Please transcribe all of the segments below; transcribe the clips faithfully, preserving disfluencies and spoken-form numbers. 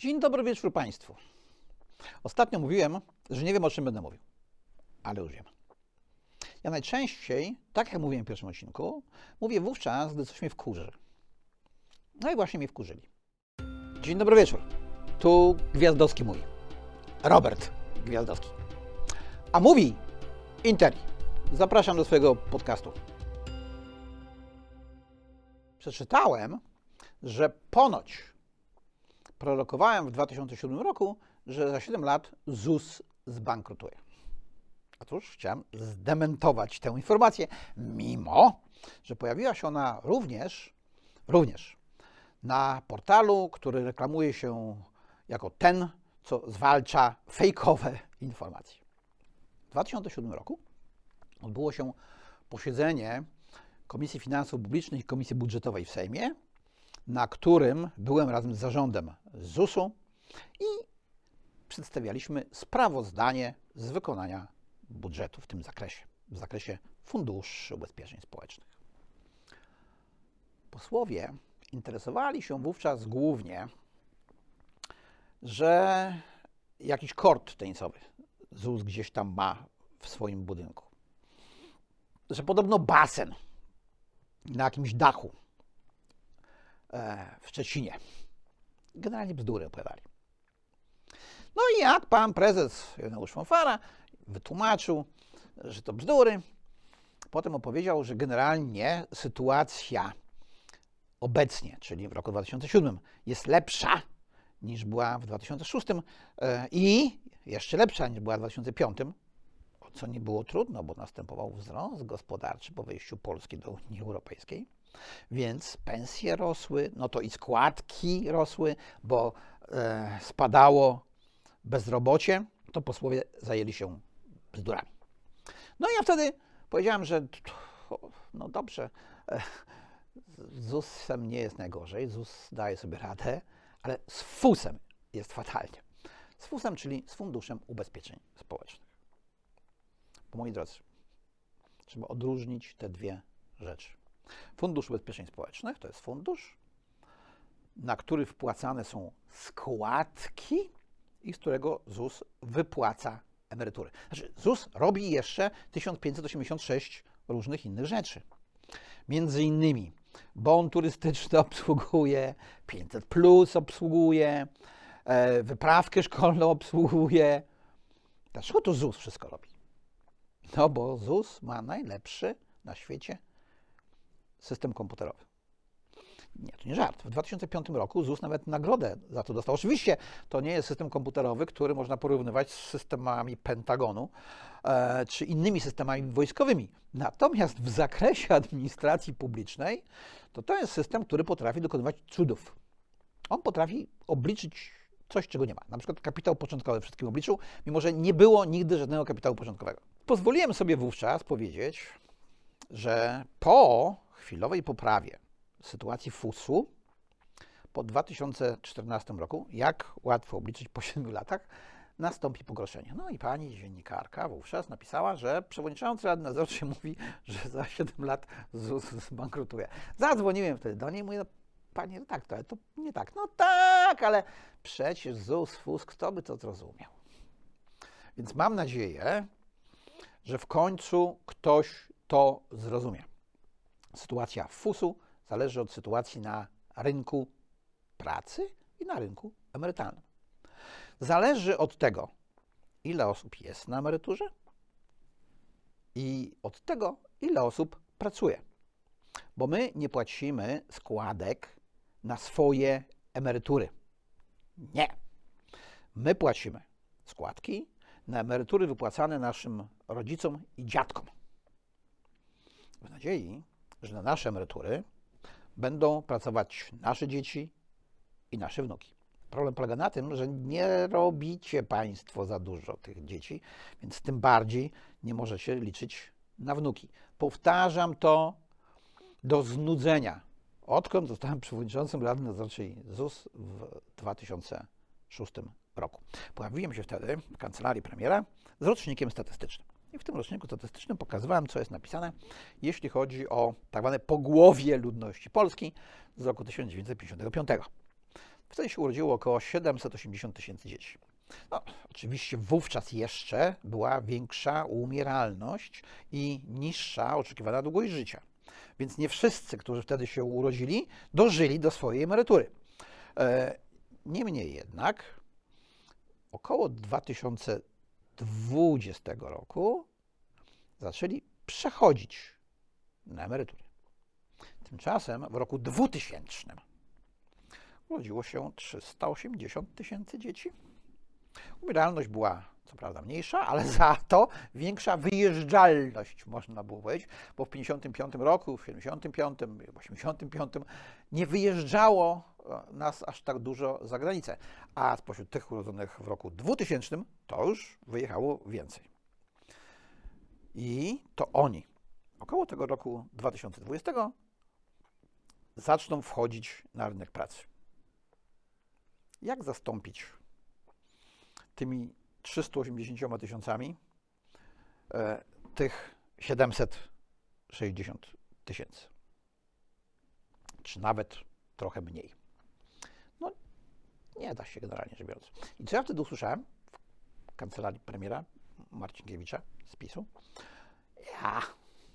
Dzień dobry wieczór Państwu. Ostatnio mówiłem, że nie wiem, o czym będę mówił, ale już wiem. Ja najczęściej, tak jak mówiłem w pierwszym odcinku, mówię wówczas, gdy coś mnie wkurzy. No i właśnie mnie wkurzyli. Dzień dobry wieczór. Tu Gwiazdowski mówi. Robert Gwiazdowski. A mówi Interi. Zapraszam do swojego podcastu. Przeczytałem, że ponoć prorokowałem w dwa tysiące siódmym roku, że za siedem lat Z U S zbankrutuje. Otóż chciałem zdementować tę informację, mimo że pojawiła się ona również, również na portalu, który reklamuje się jako ten, co zwalcza fejkowe informacje. W dwa tysiące siódmym roku odbyło się posiedzenie Komisji Finansów Publicznych i Komisji Budżetowej w Sejmie, na którym byłem razem z zarządem Z U S-u i przedstawialiśmy sprawozdanie z wykonania budżetu w tym zakresie, w zakresie funduszy ubezpieczeń społecznych. Posłowie interesowali się wówczas głównie, że jakiś kort tenisowy Z U S gdzieś tam ma w swoim budynku, że podobno basen na jakimś dachu w Szczecinie. Generalnie bzdury opowiadali. No i jak pan prezes Ireneusz Fonfara wytłumaczył, że to bzdury, potem opowiedział, że generalnie sytuacja obecnie, czyli w roku dwa tysiące siódmym, jest lepsza niż była w dwa tysiące szóstym i jeszcze lepsza niż była w dwa tysiące piątym, co nie było trudno, bo następował wzrost gospodarczy po wejściu Polski do Unii Europejskiej. Więc pensje rosły, no to i składki rosły, bo e, spadało bezrobocie, to posłowie zajęli się bzdurami. No i ja wtedy powiedziałem, że no dobrze, e, z U S-em nie jest najgorzej, Z U S daje sobie radę, ale z F U S-em jest fatalnie. Z F U S-em, czyli z Funduszem Ubezpieczeń Społecznych. Bo moi drodzy, trzeba odróżnić te dwie rzeczy. Fundusz Ubezpieczeń Społecznych to jest fundusz, na który wpłacane są składki i z którego Z U S wypłaca emerytury. Znaczy, Z U S robi jeszcze tysiąc pięćset osiemdziesiąt sześć różnych innych rzeczy. Między innymi bon turystyczny obsługuje, pięćset plus obsługuje, e, wyprawkę szkolną obsługuje. Dlaczego to Z U S wszystko robi? No bo Z U S ma najlepszy na świecie system komputerowy. Nie, to nie żart. W dwa tysiące piątym roku Z U S nawet nagrodę za to dostał. Oczywiście to nie jest system komputerowy, który można porównywać z systemami Pentagonu e, czy innymi systemami wojskowymi. Natomiast w zakresie administracji publicznej to to jest system, który potrafi dokonywać cudów. On potrafi obliczyć coś, czego nie ma. Na przykład kapitał początkowy wszystkim obliczył, mimo że nie było nigdy żadnego kapitału początkowego. Pozwoliłem sobie wówczas powiedzieć, że po chwilowej poprawie sytuacji F U S-u po dwa tysiące czternastym roku, jak łatwo obliczyć po siedmiu latach, nastąpi pogorszenie. No i pani dziennikarka wówczas napisała, że przewodniczący Rady Nadzorczej mówi, że za siedem lat Z U S zbankrutuje. Zadzwoniłem wtedy do niej, mówię, no, pani redaktor, ale to nie tak. No tak, ale przecież Z U S, F U S, kto by to zrozumiał? Więc mam nadzieję, że w końcu ktoś to zrozumie. Sytuacja F U S-u zależy od sytuacji na rynku pracy i na rynku emerytalnym. Zależy od tego, ile osób jest na emeryturze i od tego, ile osób pracuje. Bo my nie płacimy składek na swoje emerytury. Nie. My płacimy składki na emerytury wypłacane naszym rodzicom i dziadkom. W nadziei, że na nasze emerytury będą pracować nasze dzieci i nasze wnuki. Problem polega na tym, że nie robicie Państwo za dużo tych dzieci, więc tym bardziej nie możecie liczyć na wnuki. Powtarzam to do znudzenia, odkąd zostałem przewodniczącym Rady Nadzorczej Z U S w dwa tysiące szóstym roku. Pojawiłem się wtedy w kancelarii premiera z rocznikiem statystycznym. I w tym roczniku statystycznym pokazywałem, co jest napisane, jeśli chodzi o tak zwane pogłowie ludności Polski z roku tysiąc dziewięćset pięćdziesiątego piątego. Wtedy się urodziło około siedemset osiemdziesiąt tysięcy dzieci. No, oczywiście wówczas jeszcze była większa umieralność i niższa oczekiwana długość życia. Więc nie wszyscy, którzy wtedy się urodzili, dożyli do swojej emerytury. Niemniej jednak około dwa tysiące dwudziestego roku zaczęli przechodzić na emeryturę. Tymczasem w roku dwutysięcznym urodziło się trzysta osiemdziesiąt tysięcy dzieci. Umieralność była co prawda mniejsza, ale za to większa wyjeżdżalność, można było powiedzieć, bo w pięćdziesiątym piątym roku, w siedemdziesiątym piątym, w osiemdziesiątym piątym nie wyjeżdżało nas aż tak dużo za granicę, a spośród tych urodzonych w roku dwutysięcznym to już wyjechało więcej. I to oni około tego roku dwa tysiące dwudziestego zaczną wchodzić na rynek pracy. Jak zastąpić tymi trzysta osiemdziesięcioma tysiącami e, tych siedemset sześćdziesiąt tysięcy? Czy nawet trochę mniej? No, nie da się generalnie rzecz biorąc. I co ja wtedy usłyszałem w kancelarii premiera Marcinkiewicza z PiSu? Ja.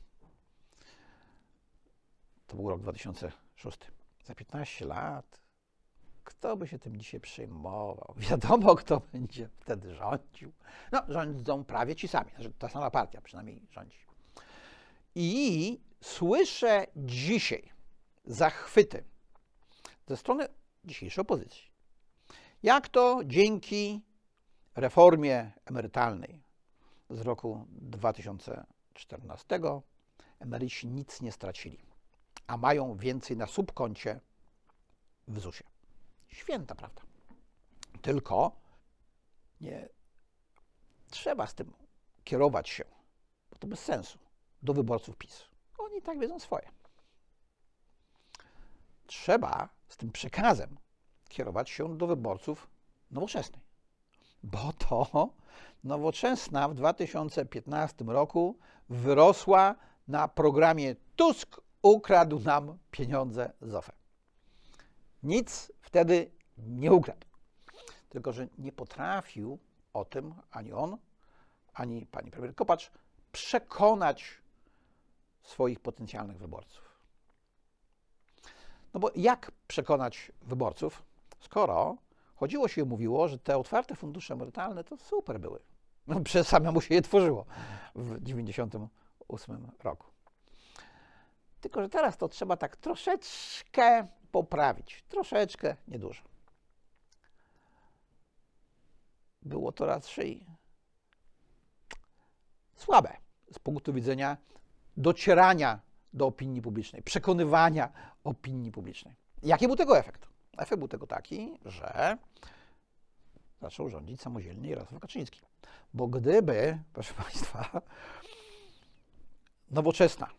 To był rok dwa tysiące szósty. Za piętnaście lat kto by się tym dzisiaj przejmował? Wiadomo, kto będzie wtedy rządził. No, rządzą prawie ci sami. Znaczy, ta sama partia przynajmniej rządzi. I słyszę dzisiaj zachwyty ze strony dzisiejszej opozycji. Jak to dzięki reformie emerytalnej z roku dwa tysiące czternastego emeryci nic nie stracili, a mają więcej na subkoncie w zusie. Święta prawda. Tylko nie trzeba z tym kierować się, bo to bez sensu, do wyborców PiS. Oni tak wiedzą swoje. Trzeba z tym przekazem kierować się do wyborców Nowoczesnej, bo to Nowoczesna w dwa tysiące piętnastym roku wyrosła na programie Tusk ukradł nam pieniądze z O F E. Nic wtedy nie ukradł. Tylko że nie potrafił o tym ani on, ani pani premier Kopacz przekonać swoich potencjalnych wyborców. No bo jak przekonać wyborców, skoro chodziło się i mówiło, że te otwarte fundusze emerytalne to super były. No, przez samemu się je tworzyło w dziewięćdziesiątym ósmym roku. Tylko że teraz to trzeba tak troszeczkę poprawić. Troszeczkę, niedużo. Było to raczej słabe z punktu widzenia docierania do opinii publicznej, przekonywania opinii publicznej. Jaki był tego efekt? Efekt był tego taki, że zaczął rządzić samodzielnie Jarosław Kaczyński. Bo gdyby, proszę Państwa, Nowoczesna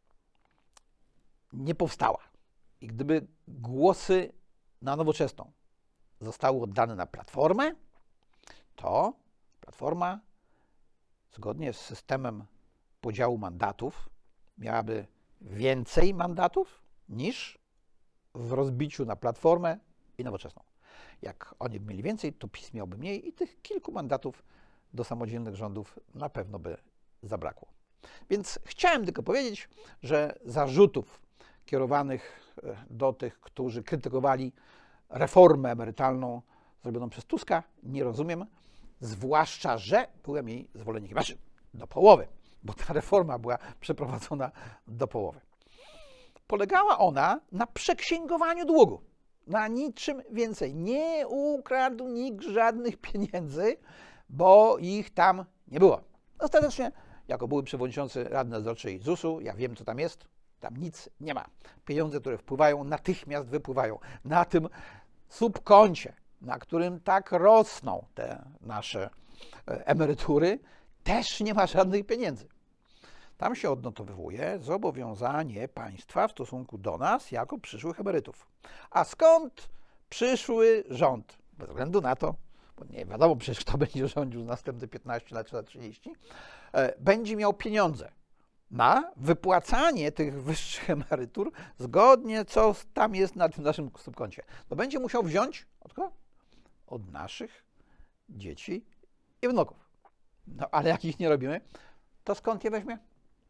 nie powstała i gdyby głosy na Nowoczesną zostały oddane na Platformę, to Platforma zgodnie z systemem podziału mandatów miałaby więcej mandatów niż w rozbiciu na Platformę i Nowoczesną. Jak oni by mieli więcej, to PiS miałby mniej i tych kilku mandatów do samodzielnych rządów na pewno by zabrakło. Więc chciałem tylko powiedzieć, że zarzutów kierowanych do tych, którzy krytykowali reformę emerytalną zrobioną przez Tuska, nie rozumiem, zwłaszcza, że byłem jej zwolennikiem. Znaczy, do połowy, bo ta reforma była przeprowadzona do połowy. Polegała ona na przeksięgowaniu długu. Na niczym więcej. Nie ukradł nikt żadnych pieniędzy, bo ich tam nie było. Ostatecznie, jako były przewodniczący Rady Nadzorczej zusu, ja wiem, co tam jest, tam nic nie ma. Pieniądze, które wpływają, natychmiast wypływają. Na tym subkoncie, na którym tak rosną te nasze emerytury, też nie ma żadnych pieniędzy. Tam się odnotowywuje zobowiązanie państwa w stosunku do nas jako przyszłych emerytów. A skąd przyszły rząd? Bez względu na to, bo nie wiadomo przecież, kto będzie rządził następne piętnaście lat czy trzydzieści, będzie miał pieniądze na wypłacanie tych wyższych emerytur zgodnie, co tam jest na tym naszym subkoncie. To będzie musiał wziąć od kogo? Od naszych dzieci i wnuków. No ale jak ich nie robimy, to skąd je weźmie?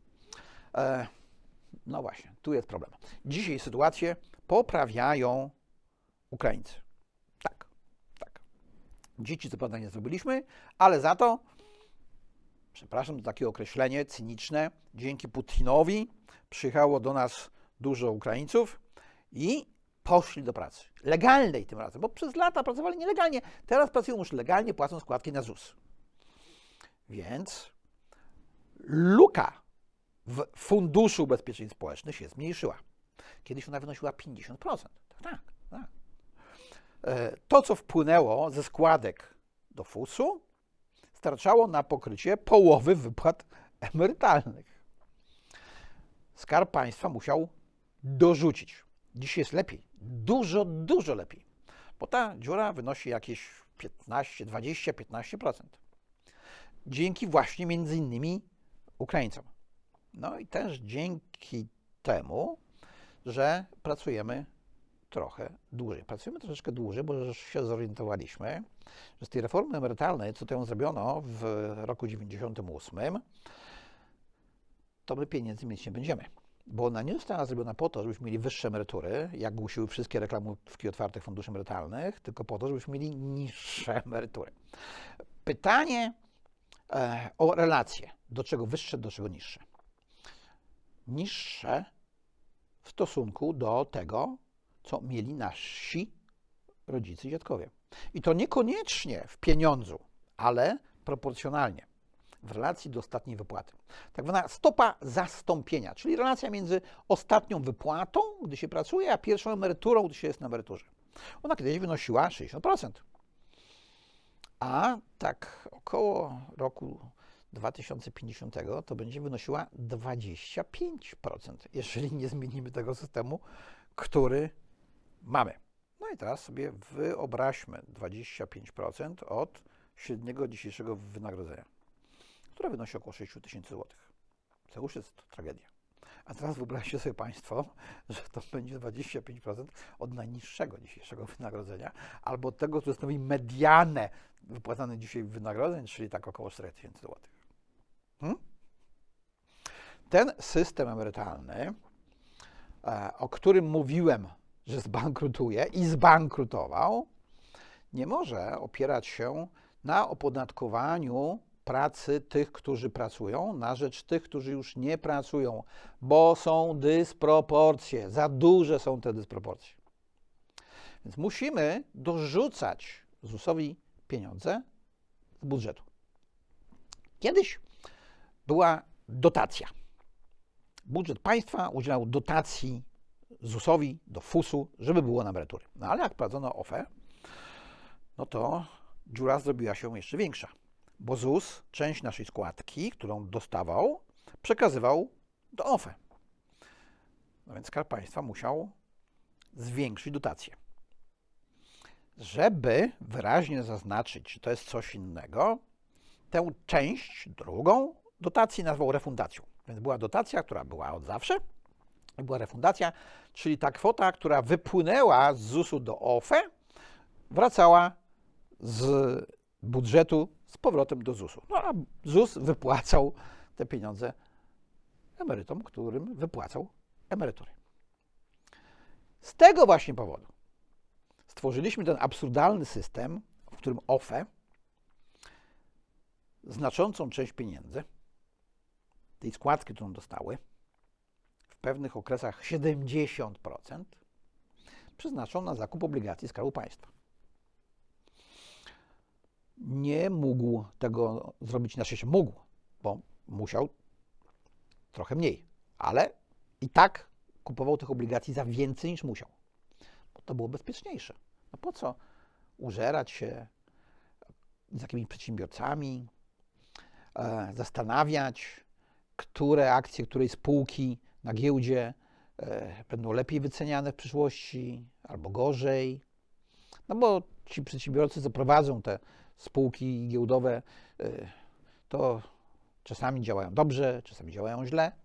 E, no właśnie, tu jest problem. Dzisiaj sytuację poprawiają Ukraińcy. Tak, tak. Dzieci co prawda nie zrobiliśmy, ale za to, przepraszam, to takie określenie cyniczne, dzięki Putinowi przyjechało do nas dużo Ukraińców i poszli do pracy. Legalnej tym razem, bo przez lata pracowali nielegalnie. Teraz pracują już legalnie, płacą składki na ZUS. Więc luka w Funduszu Ubezpieczeń Społecznych się zmniejszyła. Kiedyś ona wynosiła pięćdziesiąt procent. Tak, tak. To, co wpłynęło ze składek do fusu, starczało na pokrycie połowy wypłat emerytalnych. Skarb Państwa musiał dorzucić. Dziś jest lepiej. Dużo, dużo lepiej. Bo ta dziura wynosi jakieś piętnaście, dwadzieścia, piętnaście procent. Dzięki właśnie między innymi Ukraińcom. No i też dzięki temu, że pracujemy trochę dłużej. Pracujemy troszeczkę dłużej, bo już się zorientowaliśmy, że z tej reformy emerytalnej, co to ją zrobiono w roku dziewięćdziesiątym ósmym, to my pieniędzy mieć nie będziemy. Bo ona nie została zrobiona po to, żebyśmy mieli wyższe emerytury, jak głosiły wszystkie reklamówki otwartych funduszy emerytalnych, tylko po to, żebyśmy mieli niższe emerytury. Pytanie e, o relacje. Do czego wyższe, do czego niższe? Niższe w stosunku do tego, co mieli nasi rodzice i dziadkowie. I to niekoniecznie w pieniądzu, ale proporcjonalnie w relacji do ostatniej wypłaty. Tak zwana stopa zastąpienia, czyli relacja między ostatnią wypłatą, gdy się pracuje, a pierwszą emeryturą, gdy się jest na emeryturze. Ona kiedyś wynosiła sześćdziesiąt procent. A tak około roku dwa tysiące pięćdziesiątego to będzie wynosiła dwadzieścia pięć procent, jeżeli nie zmienimy tego systemu, który mamy. No i teraz sobie wyobraźmy dwadzieścia pięć procent od średniego dzisiejszego wynagrodzenia, które wynosi około sześć tysięcy złotych. To już jest tragedia. A teraz wyobraźcie sobie Państwo, że to będzie dwadzieścia pięć procent od najniższego dzisiejszego wynagrodzenia, albo od tego, co stanowi medianę wypłacanych dzisiaj wynagrodzeń, czyli tak około cztery tysiące złotych. Hmm? Ten system emerytalny, o którym mówiłem, że zbankrutuje i zbankrutował, nie może opierać się na opodatkowaniu pracy tych, którzy pracują, na rzecz tych, którzy już nie pracują, bo są dysproporcje, za duże są te dysproporcje. Więc musimy dorzucać zusowi pieniądze z budżetu. Kiedyś była dotacja. Budżet państwa udzielał dotacji zusowi do fusu, żeby było na emerytury. No ale jak prowadzono O F E, no to dziura zrobiła się jeszcze większa. Bo ZUS część naszej składki, którą dostawał, przekazywał do O F E. No więc Skarb Państwa musiał zwiększyć dotację. Żeby wyraźnie zaznaczyć, że to jest coś innego, tę część, drugą, dotacji nazwał refundacją. Więc była dotacja, która była od zawsze, i była refundacja, czyli ta kwota, która wypłynęła z zusu do O F E, wracała z budżetu z powrotem do zusu. No a ZUS wypłacał te pieniądze emerytom, którym wypłacał emerytury. Z tego właśnie powodu stworzyliśmy ten absurdalny system, w którym O F E znaczącą część pieniędzy, tej składki, którą dostały, w pewnych okresach siedemdziesiąt procent, przeznaczą na zakup obligacji Skarbu Państwa. Nie mógł tego zrobić, na szczęście mógł, bo musiał trochę mniej, ale i tak kupował tych obligacji za więcej niż musiał, bo to było bezpieczniejsze. No po co użerać się z jakimiś przedsiębiorcami, e, zastanawiać, które akcje której spółki na giełdzie e, będą lepiej wyceniane w przyszłości albo gorzej. No bo ci przedsiębiorcy, co prowadzą te spółki giełdowe, e, to czasami działają dobrze, czasami działają źle.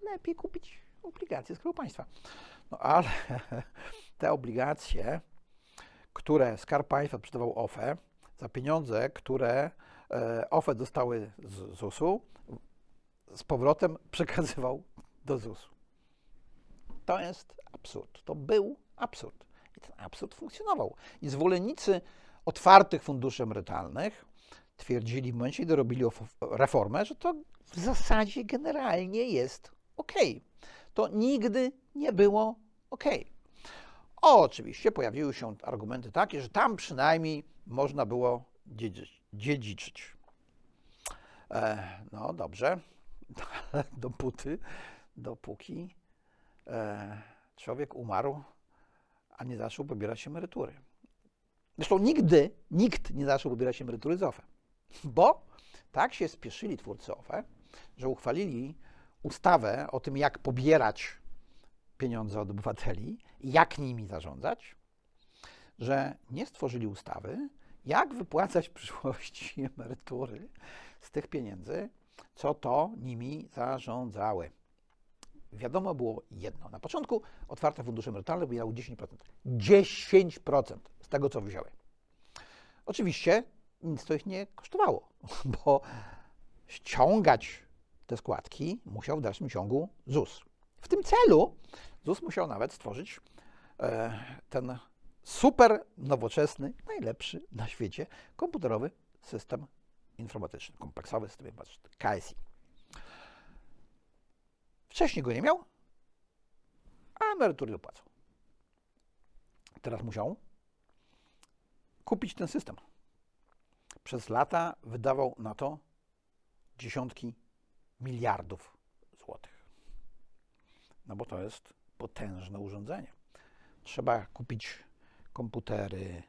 lepiej kupić obligacje Skarbu Państwa. No ale te obligacje, które Skarb Państwa sprzedawał O F E, za pieniądze, które O F E dostały z zusu, z powrotem przekazywał do zusu. To jest absurd. To był absurd. I ten absurd funkcjonował. I zwolennicy otwartych funduszy emerytalnych twierdzili w momencie, gdy robili reformę, że to w zasadzie generalnie jest ok. To nigdy nie było ok. O, oczywiście pojawiły się argumenty takie, że tam przynajmniej można było dziedziczyć. dziedziczyć. E, no dobrze, dopóty, dopóki e, człowiek umarł, a nie zaczął pobierać emerytury. Zresztą nigdy nikt nie zaczął pobierać emerytury z O F E, bo tak się spieszyli twórcy O F E, że uchwalili ustawę o tym, jak pobierać pieniądze od obywateli i jak nimi zarządzać, że nie stworzyli ustawy, jak wypłacać w przyszłości emerytury z tych pieniędzy, co to nimi zarządzały. Wiadomo było jedno. Na początku otwarte fundusze emerytalne pobierały dziesięć procent. dziesięć procent z tego, co wzięły. Oczywiście nic to ich nie kosztowało, bo ściągać te składki musiał w dalszym ciągu ZUS. W tym celu ZUS musiał nawet stworzyć e, ten super nowoczesny, najlepszy na świecie komputerowy system informatyczny, kompleksowy system informatyczny, K S I. Wcześniej go nie miał, a emerytury dopłacał. Teraz musiał kupić ten system. Przez lata wydawał na to dziesiątki miliardów złotych. No bo to jest potężne urządzenie. Trzeba kupić komputery,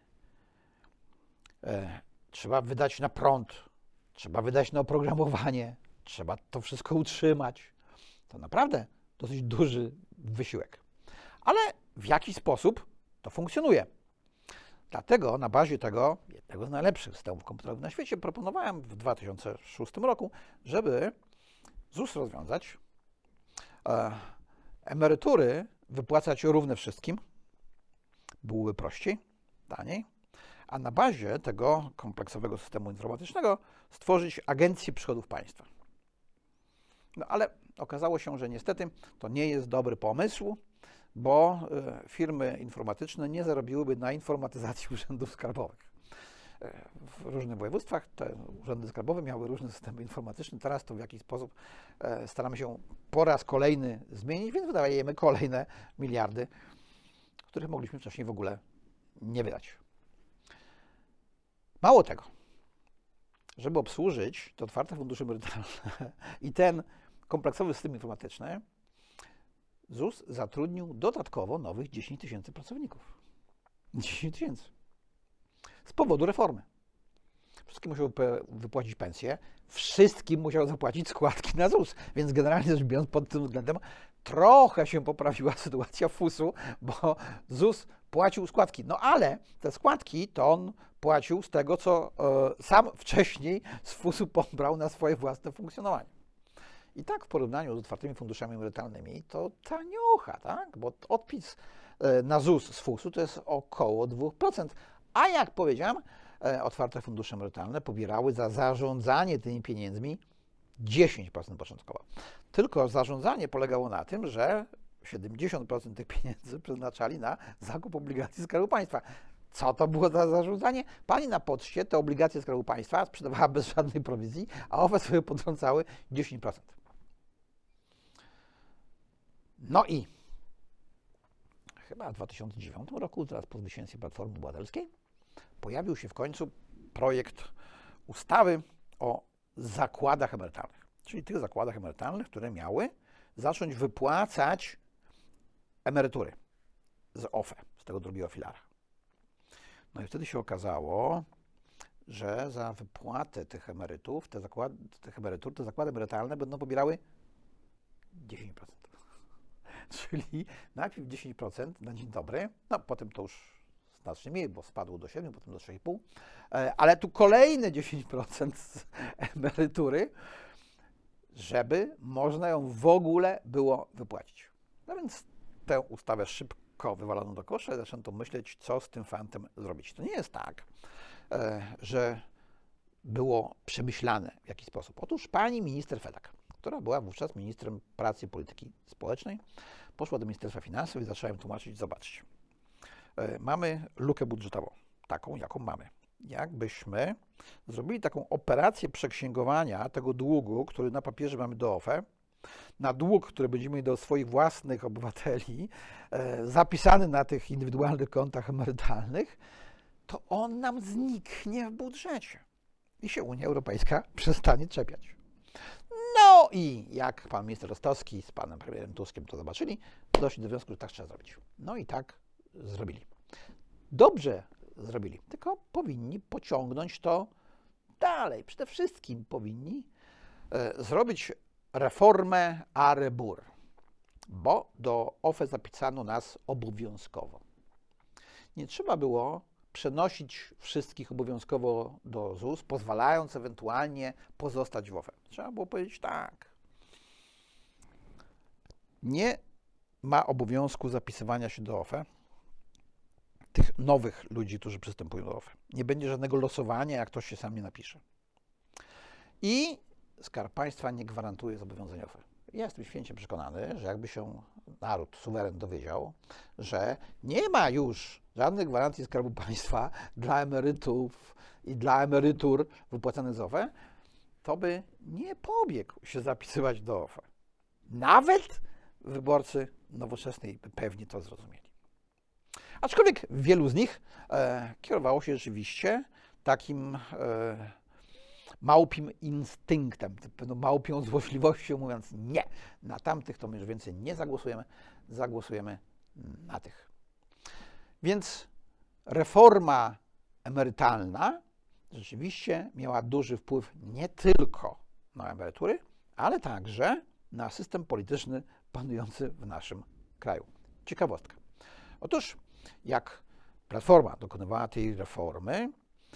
e, trzeba wydać na prąd, trzeba wydać na oprogramowanie, trzeba to wszystko utrzymać. To naprawdę dosyć duży wysiłek. Ale w jaki sposób to funkcjonuje? Dlatego na bazie tego, jednego z najlepszych systemów komputerowych na świecie, proponowałem w dwa tysiące szóstym roku, żeby ZUS rozwiązać, e, emerytury wypłacać równe wszystkim, byłoby prościej, taniej, a na bazie tego kompleksowego systemu informatycznego stworzyć Agencję Przychodów Państwa. No ale okazało się, że niestety to nie jest dobry pomysł, bo y, firmy informatyczne nie zarobiłyby na informatyzacji urzędów skarbowych. Y, w różnych województwach te urzędy skarbowe miały różne systemy informatyczne. Teraz to w jakiś sposób y, staramy się po raz kolejny zmienić, więc wydajemy kolejne miliardy, których mogliśmy wcześniej w ogóle nie wydać. Mało tego, żeby obsłużyć te otwarte fundusze emerytalne i ten kompleksowy system informatyczny, ZUS zatrudnił dodatkowo nowych dziesięć tysięcy pracowników. dziesięć tysięcy. Z powodu reformy. Wszystkim musiał wypłacić pensję, wszystkim musiał zapłacić składki na ZUS, więc generalnie rzecz biorąc pod tym względem trochę się poprawiła sytuacja fusu, bo ZUS płacił składki. No ale te składki to on płacił z tego, co e, sam wcześniej z fusu pobrał na swoje własne funkcjonowanie. I tak w porównaniu z otwartymi funduszami emerytalnymi to taniucha, tak? Bo odpis na ZUS z fusu to jest około dwa procent. A jak powiedziałem, otwarte fundusze emerytalne pobierały za zarządzanie tymi pieniędzmi dziesięć procent początkowo. Tylko zarządzanie polegało na tym, że siedemdziesiąt procent tych pieniędzy przeznaczali na zakup obligacji Skarbu Państwa. Co to było za zarządzanie? Pani na poczcie te obligacje Skarbu Państwa sprzedawała bez żadnej prowizji, a O F E sobie potrącały dziesięć procent. No i chyba w dwa tysiące dziewiątym roku, teraz po zwycięstwie Platformy Obywatelskiej, pojawił się w końcu projekt ustawy o zakładach emerytalnych, czyli tych zakładach emerytalnych, które miały zacząć wypłacać emerytury z O F E, z tego drugiego filara. No i wtedy się okazało, że za wypłatę tych emerytów, te zakłady, tych emerytur, te zakłady emerytalne będą pobierały dziesięć procent. Czyli najpierw dziesięć procent na dzień dobry, no potem to już znacznie mniej, bo spadło do siedmiu, potem do trzech i pół, ale tu kolejne dziesięć procent z emerytury żeby można ją w ogóle było wypłacić. No więc tę ustawę szybko wywalono do kosza i zaczęto myśleć, co z tym fantem zrobić. To nie jest tak, że było przemyślane w jakiś sposób. Otóż pani minister Fedak, która była wówczas ministrem pracy i polityki społecznej, poszła do Ministerstwa Finansów i zaczęła im tłumaczyć, zobaczcie, mamy lukę budżetową, taką jaką mamy. Jakbyśmy zrobili taką operację przeksięgowania tego długu, który na papierze mamy do O F E, na dług, który będziemy mieli do swoich własnych obywateli, e, zapisany na tych indywidualnych kontach emerytalnych, to on nam zniknie w budżecie i się Unia Europejska przestanie czepiać. No i jak pan minister Rostowski z panem premierem Tuskiem to zobaczyli, doszli do wniosku, że tak trzeba zrobić. No i tak zrobili. Dobrze zrobili, tylko powinni pociągnąć to dalej. Przede wszystkim powinni e, zrobić reformę a rebur, bo do O F E zapisano nas obowiązkowo. Nie trzeba było przenosić wszystkich obowiązkowo do Z U S, pozwalając ewentualnie pozostać w O F E. Trzeba było powiedzieć tak. Nie ma obowiązku zapisywania się do O F E tych nowych ludzi, którzy przystępują do O F E. Nie będzie żadnego losowania, jak ktoś się sam nie napisze. I Skarb Państwa nie gwarantuje zobowiązań O F E. Ja jestem święcie przekonany, że jakby się naród, suweren dowiedział, że nie ma już żadnych gwarancji Skarbu Państwa dla emerytów i dla emerytur wypłacanych z O F E, to by nie pobiegł się zapisywać do O F E. Nawet wyborcy Nowoczesnej by pewnie to zrozumieli. Aczkolwiek wielu z nich e, kierowało się rzeczywiście takim e, małpim instynktem, pewną małpią złośliwością, mówiąc nie, na tamtych to my już więcej nie zagłosujemy, zagłosujemy na tych. Więc reforma emerytalna rzeczywiście miała duży wpływ nie tylko na emerytury, ale także na system polityczny panujący w naszym kraju. Ciekawostka. Otóż jak Platforma dokonywała tej reformy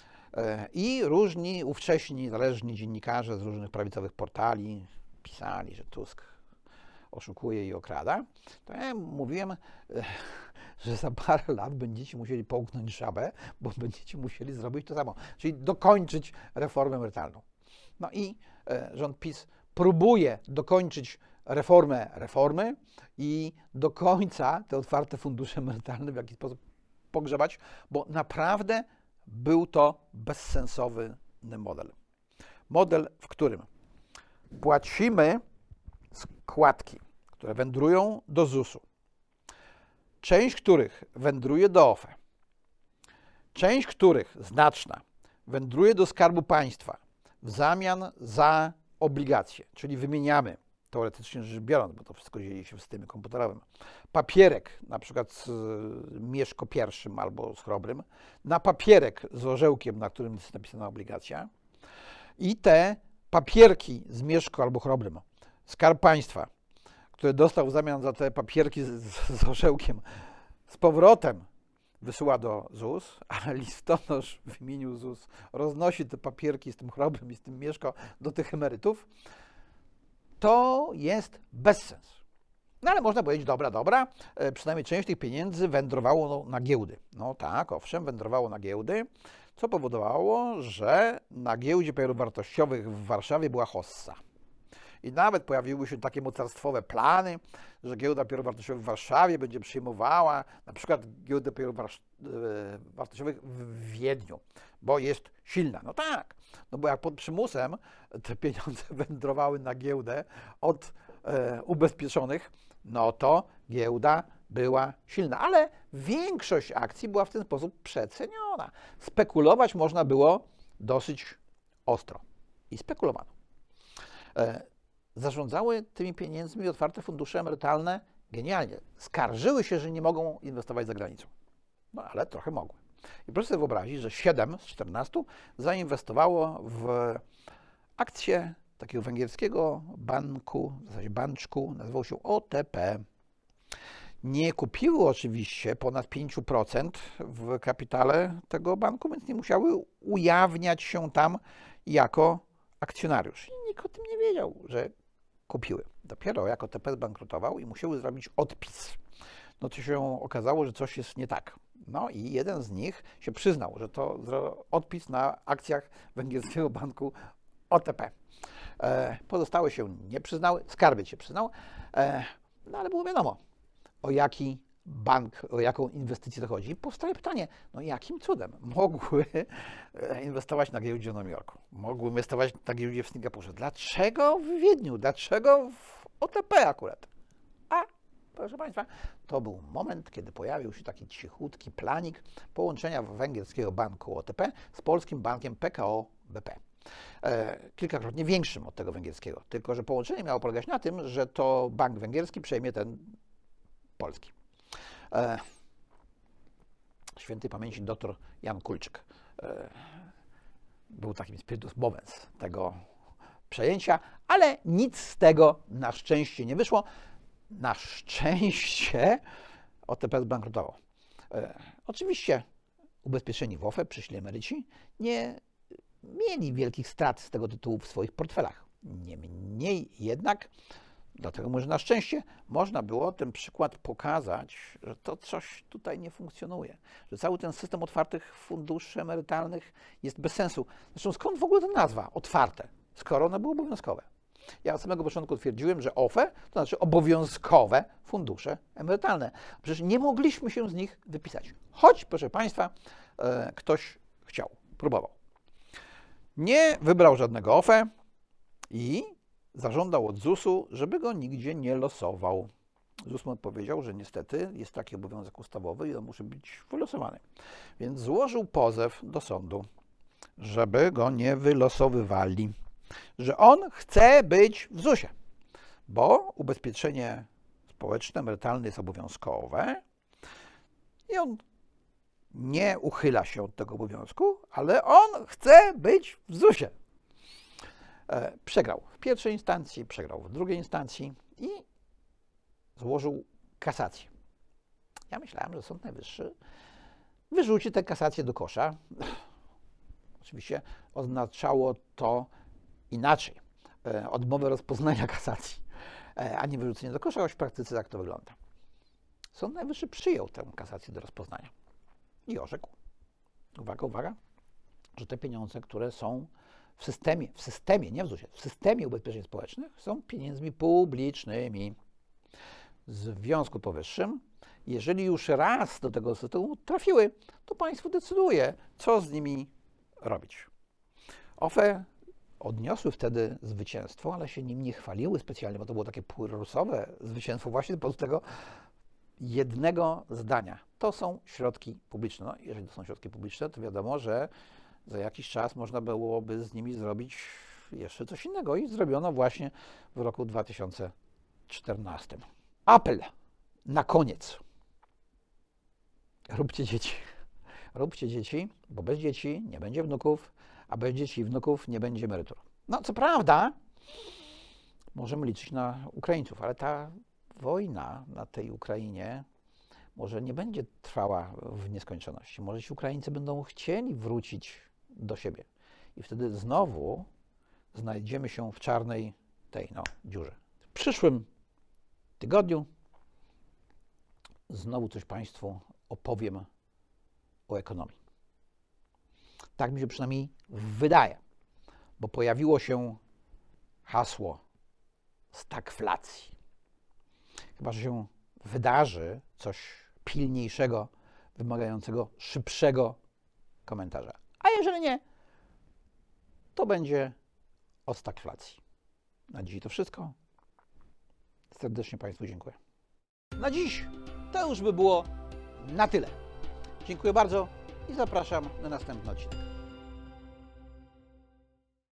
i różni ówcześni niezależni dziennikarze z różnych prawicowych portali pisali, że Tusk oszukuje i okrada, to ja mówiłem, że za parę lat będziecie musieli połknąć żabę, bo będziecie musieli zrobić to samo, czyli dokończyć reformę emerytalną. No i rząd PiS próbuje dokończyć reformę reformy i do końca te otwarte fundusze emerytalne w jakiś sposób pogrzebać, bo naprawdę był to bezsensowny model. Model, w którym płacimy składki, które wędrują do Z U S u, część których wędruje do O F E, część których, znaczna, wędruje do Skarbu Państwa w zamian za obligacje, czyli wymieniamy, teoretycznie rzecz biorąc, bo to wszystko dzieje się w systemie komputerowym, papierek, na przykład z Mieszko pierwszym albo z Chrobrym, na papierek z orzełkiem, na którym jest napisana obligacja, i te papierki z Mieszko albo Chrobrym Skarb Państwa, które dostał w zamian za te papierki z, z orzełkiem, z powrotem wysyła do Z U S, a listonosz w imieniu Z U S roznosi te papierki z tym Chrobrym i z tym Mieszko do tych emerytów, to jest bezsens. No ale można powiedzieć, dobra, dobra, przynajmniej część tych pieniędzy wędrowało na giełdy. No tak, owszem, wędrowało na giełdy, co powodowało, że na giełdzie papierów wartościowych w Warszawie była hossa. I nawet pojawiły się takie mocarstwowe plany, że giełda papierów wartościowych w Warszawie będzie przyjmowała na przykład giełdę papierów wartościowych w Wiedniu, bo jest silna. No tak, no bo jak pod przymusem te pieniądze wędrowały na giełdę od e, ubezpieczonych, no to giełda była silna, ale większość akcji była w ten sposób przeceniona. Spekulować można było dosyć ostro i spekulowano. E, zarządzały tymi pieniędzmi otwarte fundusze emerytalne genialnie. Skarżyły się, że nie mogą inwestować za granicą. No ale trochę mogły. I proszę sobie wyobrazić, że siedem z czternastu zainwestowało w akcje takiego węgierskiego banku, w zasadzie banczku, nazywał się O T P. Nie kupiły oczywiście ponad pięć procent w kapitale tego banku, więc nie musiały ujawniać się tam jako akcjonariusz. I nikt o tym nie wiedział, że kupiły. Dopiero jak O T P zbankrutował i musiały zrobić odpis, no to się okazało, że coś jest nie tak. No i jeden z nich się przyznał, że to odpis na akcjach węgierskiego banku O T P. E, pozostałe się nie przyznały, skarbiec się przyznał, e, no ale było wiadomo, o jaki bank, o jaką inwestycję to chodzi. I powstaje pytanie, no jakim cudem mogły inwestować na giełdzie w Nowym Jorku, mogły inwestować na giełdzie w Singapurze. Dlaczego w Wiedniu? Dlaczego w O T P akurat? A, proszę Państwa, to był moment, kiedy pojawił się taki cichutki planik połączenia węgierskiego banku O T P z polskim bankiem P K O B P. E, kilkakrotnie większym od tego węgierskiego, tylko że połączenie miało polegać na tym, że to bank węgierski przejmie ten polski. E, świętej pamięci doktor Jan Kulczyk e, był takim spiritus movens tego przejęcia, ale nic z tego na szczęście nie wyszło. Na szczęście O T P zbankrutował. E, oczywiście ubezpieczeni w O F E, przyszli emeryci, nie mieli wielkich strat z tego tytułu w swoich portfelach. Niemniej jednak, dlatego może na szczęście, można było ten przykład pokazać, że to coś tutaj nie funkcjonuje, że cały ten system otwartych funduszy emerytalnych jest bez sensu. Zresztą skąd w ogóle ta nazwa otwarte, skoro one były obowiązkowe? Ja od samego początku twierdziłem, że O F E to znaczy obowiązkowe fundusze emerytalne. Przecież nie mogliśmy się z nich wypisać. Choć, proszę Państwa, e, ktoś chciał, próbował. Nie wybrał żadnego O F E i zażądał od zusu, żeby go nigdzie nie losował. ZUS mu odpowiedział, że niestety jest taki obowiązek ustawowy i on musi być wylosowany. Więc złożył pozew do sądu, żeby go nie wylosowywali, że on chce być w zusie, bo ubezpieczenie społeczne, emerytalne jest obowiązkowe i on nie uchyla się od tego obowiązku, ale on chce być w zusie. E, przegrał w pierwszej instancji, przegrał w drugiej instancji i złożył kasację. Ja myślałem, że Sąd Najwyższy wyrzuci tę kasację do kosza. Oczywiście oznaczało to inaczej. E, odmowę rozpoznania kasacji, e, a nie wyrzucenie do kosza, choć w praktyce tak to wygląda. Sąd Najwyższy przyjął tę kasację do rozpoznania i orzekł, uwaga, uwaga, że te pieniądze, które są w systemie, w systemie, nie w zusie, w systemie ubezpieczeń społecznych są pieniędzmi publicznymi. W związku powyższym, jeżeli już raz do tego systemu trafiły, to państwo decyduje, co z nimi robić. O F E odniosły wtedy zwycięstwo, ale się nim nie chwaliły specjalnie, bo to było takie pyrrusowe zwycięstwo właśnie z powodu tego jednego zdania. To są środki publiczne. No, jeżeli to są środki publiczne, to wiadomo, że za jakiś czas można byłoby z nimi zrobić jeszcze coś innego i zrobiono właśnie w roku dwa tysiące czternastym. Apel na koniec. Róbcie dzieci. Róbcie dzieci, bo bez dzieci nie będzie wnuków, a bez dzieci i wnuków nie będzie emerytur. No co prawda możemy liczyć na Ukraińców, ale ta wojna na tej Ukrainie może nie będzie trwała w nieskończoności. Może ci Ukraińcy będą chcieli wrócić do siebie i wtedy znowu znajdziemy się w czarnej tej no, dziurze. W przyszłym tygodniu znowu coś Państwu opowiem o ekonomii. Tak mi się przynajmniej wydaje, bo pojawiło się hasło stagflacji. Chyba że się wydarzy coś pilniejszego, wymagającego szybszego komentarza. A jeżeli nie, to będzie o stagflacji. Na dziś to wszystko. Serdecznie Państwu dziękuję. Na dziś to już by było na tyle. Dziękuję bardzo i zapraszam na następny odcinek.